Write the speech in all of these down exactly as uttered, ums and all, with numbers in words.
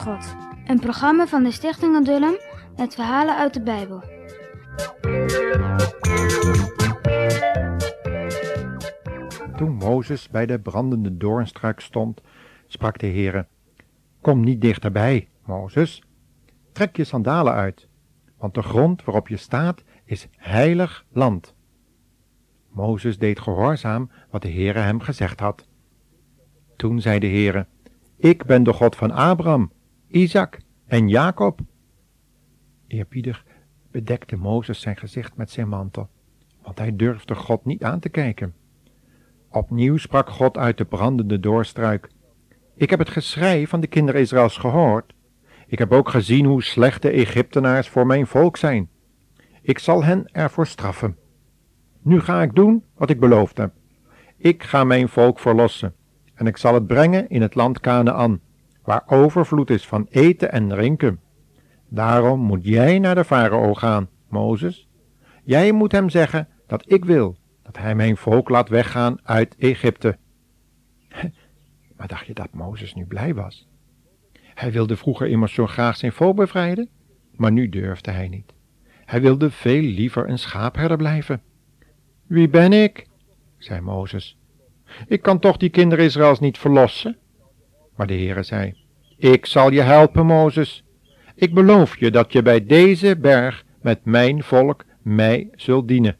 God. Een programma van de Stichting Adullam met verhalen uit de Bijbel. Toen Mozes bij de brandende doornstruik stond, sprak de Heere: Kom niet dichterbij, Mozes. Trek je sandalen uit, want de grond waarop je staat is heilig land. Mozes deed gehoorzaam wat de Heere hem gezegd had. Toen zei de Heere: Ik ben de God van Abraham, Isaac en Jacob. Eerbiedig bedekte Mozes zijn gezicht met zijn mantel, want hij durfde God niet aan te kijken. Opnieuw sprak God uit de brandende doornstruik: Ik heb het geschrei van de kinderen Israëls gehoord. Ik heb ook gezien hoe slecht de Egyptenaars voor mijn volk zijn. Ik zal hen ervoor straffen. Nu ga ik doen wat ik beloofd heb. Ik ga mijn volk verlossen en ik zal het brengen in het land Kanaän, waar overvloed is van eten en drinken. Daarom moet jij naar de farao gaan, Mozes. Jij moet hem zeggen dat ik wil dat hij mijn volk laat weggaan uit Egypte. Maar dacht je dat Mozes nu blij was? Hij wilde vroeger immers zo graag zijn volk bevrijden, maar nu durfde hij niet. Hij wilde veel liever een schaapherder blijven. Wie ben ik? Zei Mozes. Ik kan toch die kinderen Israëls niet verlossen? Maar de Heere zei: Ik zal je helpen, Mozes. Ik beloof je dat je bij deze berg met mijn volk mij zult dienen.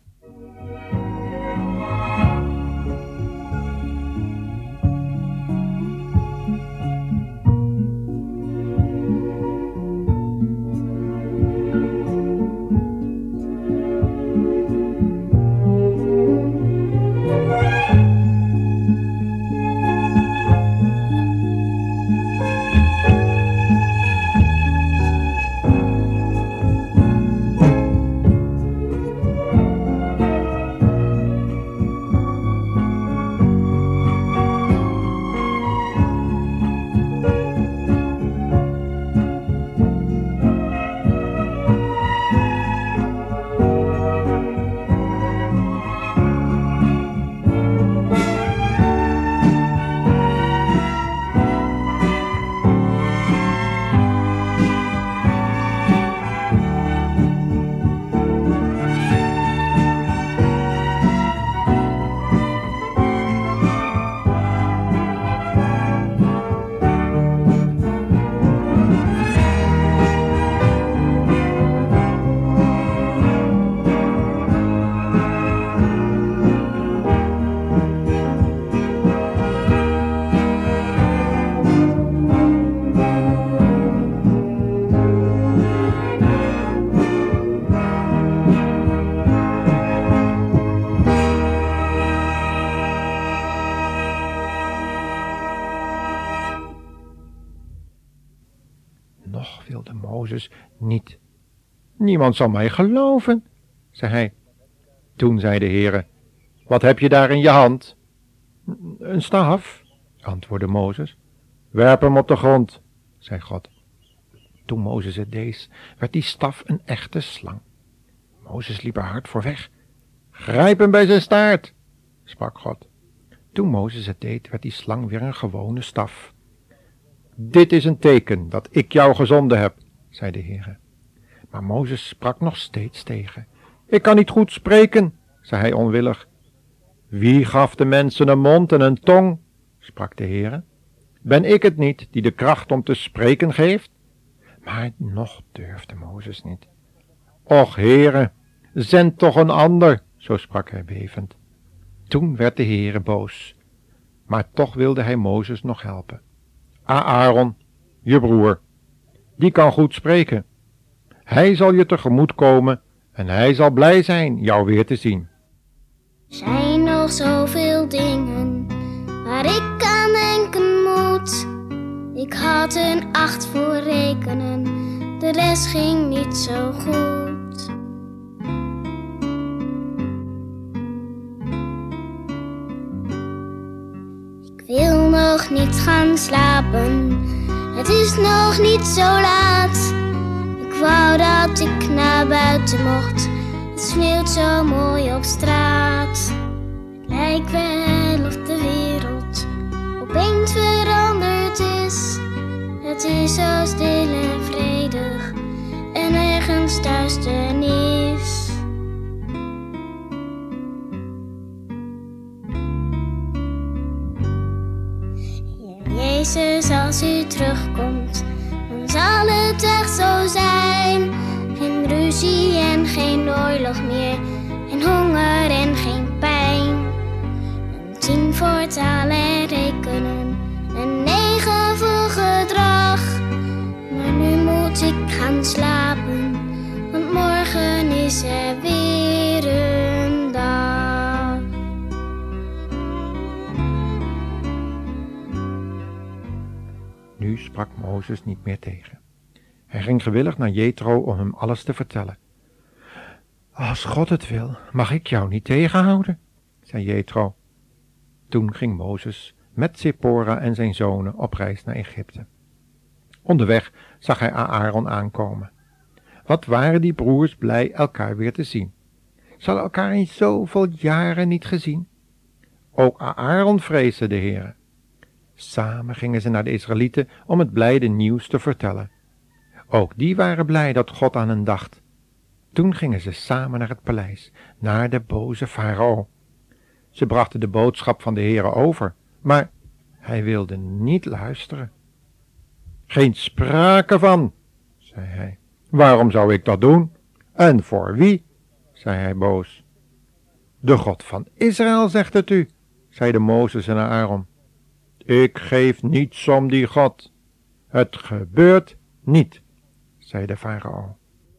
Nog wilde Mozes niet. Niemand zal mij geloven, zei hij. Toen zei de Heere: Wat heb je daar in je hand? Een staf, antwoordde Mozes. Werp hem op de grond, zei God. Toen Mozes het deed, werd die staf een echte slang. Mozes liep er hard voor weg. Grijp hem bij zijn staart, sprak God. Toen Mozes het deed, werd die slang weer een gewone staf. Dit is een teken dat ik jou gezonden heb, zei de Heere. Maar Mozes sprak nog steeds tegen. Ik kan niet goed spreken, zei hij onwillig. Wie gaf de mensen een mond en een tong, sprak de Heere. Ben ik het niet die de kracht om te spreken geeft? Maar nog durfde Mozes niet. Och, Heere, zend toch een ander, zo sprak hij bevend. Toen werd de Heere boos, maar toch wilde hij Mozes nog helpen. Aaron, je broer, die kan goed spreken. Hij zal je tegemoet komen en hij zal blij zijn jou weer te zien. Er zijn nog zoveel dingen waar ik aan denken moet. Ik had een acht voor rekenen, de rest ging niet zo goed. Ik wil nog niet gaan slapen, het is nog niet zo laat. Ik wou dat ik naar buiten mocht, het sneeuwt zo mooi op straat. Het lijkt wel of de wereld opeens veranderd is. het is zo stil en vredig en nergens duisternis. Heer Jezus, als u terugkomt, dan zal het echt zo zijn. Geen ruzie en geen oorlog meer, geen honger en geen pijn. Een tien voor taal en rekenen, een negen voor gedrag. Maar nu moet ik gaan slapen, want morgen is er weer een dag. Nu sprak Mozes niet meer tegen. Hij ging gewillig naar Jethro om hem alles te vertellen. Als God het wil, mag ik jou niet tegenhouden, zei Jethro. Toen ging Mozes met Zipora en zijn zonen op reis naar Egypte. Onderweg zag hij Aaron aankomen. Wat waren die broers blij elkaar weer te zien. Ze hadden elkaar in zoveel jaren niet gezien. Ook Aaron vreesde de Heere. Samen gingen ze naar de Israëlieten om het blijde nieuws te vertellen. Ook die waren blij dat God aan hen dacht. Toen gingen ze samen naar het paleis, naar de boze farao. Ze brachten de boodschap van de Heere over, maar hij wilde niet luisteren. Geen sprake van, zei hij. Waarom zou ik dat doen? En voor wie? Zei hij boos. De God van Israël zegt het u, zeiden Mozes en Aaron. Ik geef niets om die God. Het gebeurt niet, zei de farao.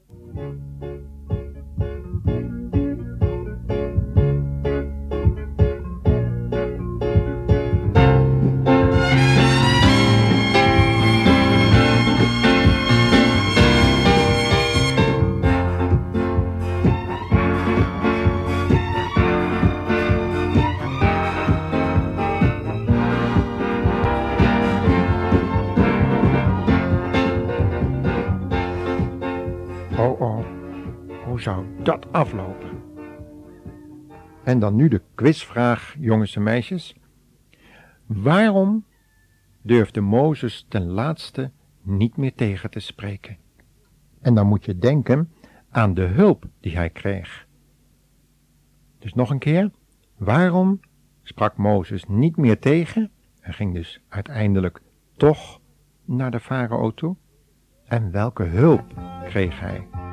Oh oh, hoe zou dat aflopen? En dan nu de quizvraag, jongens en meisjes. Waarom durfde Mozes ten laatste niet meer tegen te spreken? En dan moet je denken aan de hulp die hij kreeg. Dus nog een keer, waarom sprak Mozes niet meer tegen en ging dus uiteindelijk toch naar de farao toe? En welke hulp kreeg hij?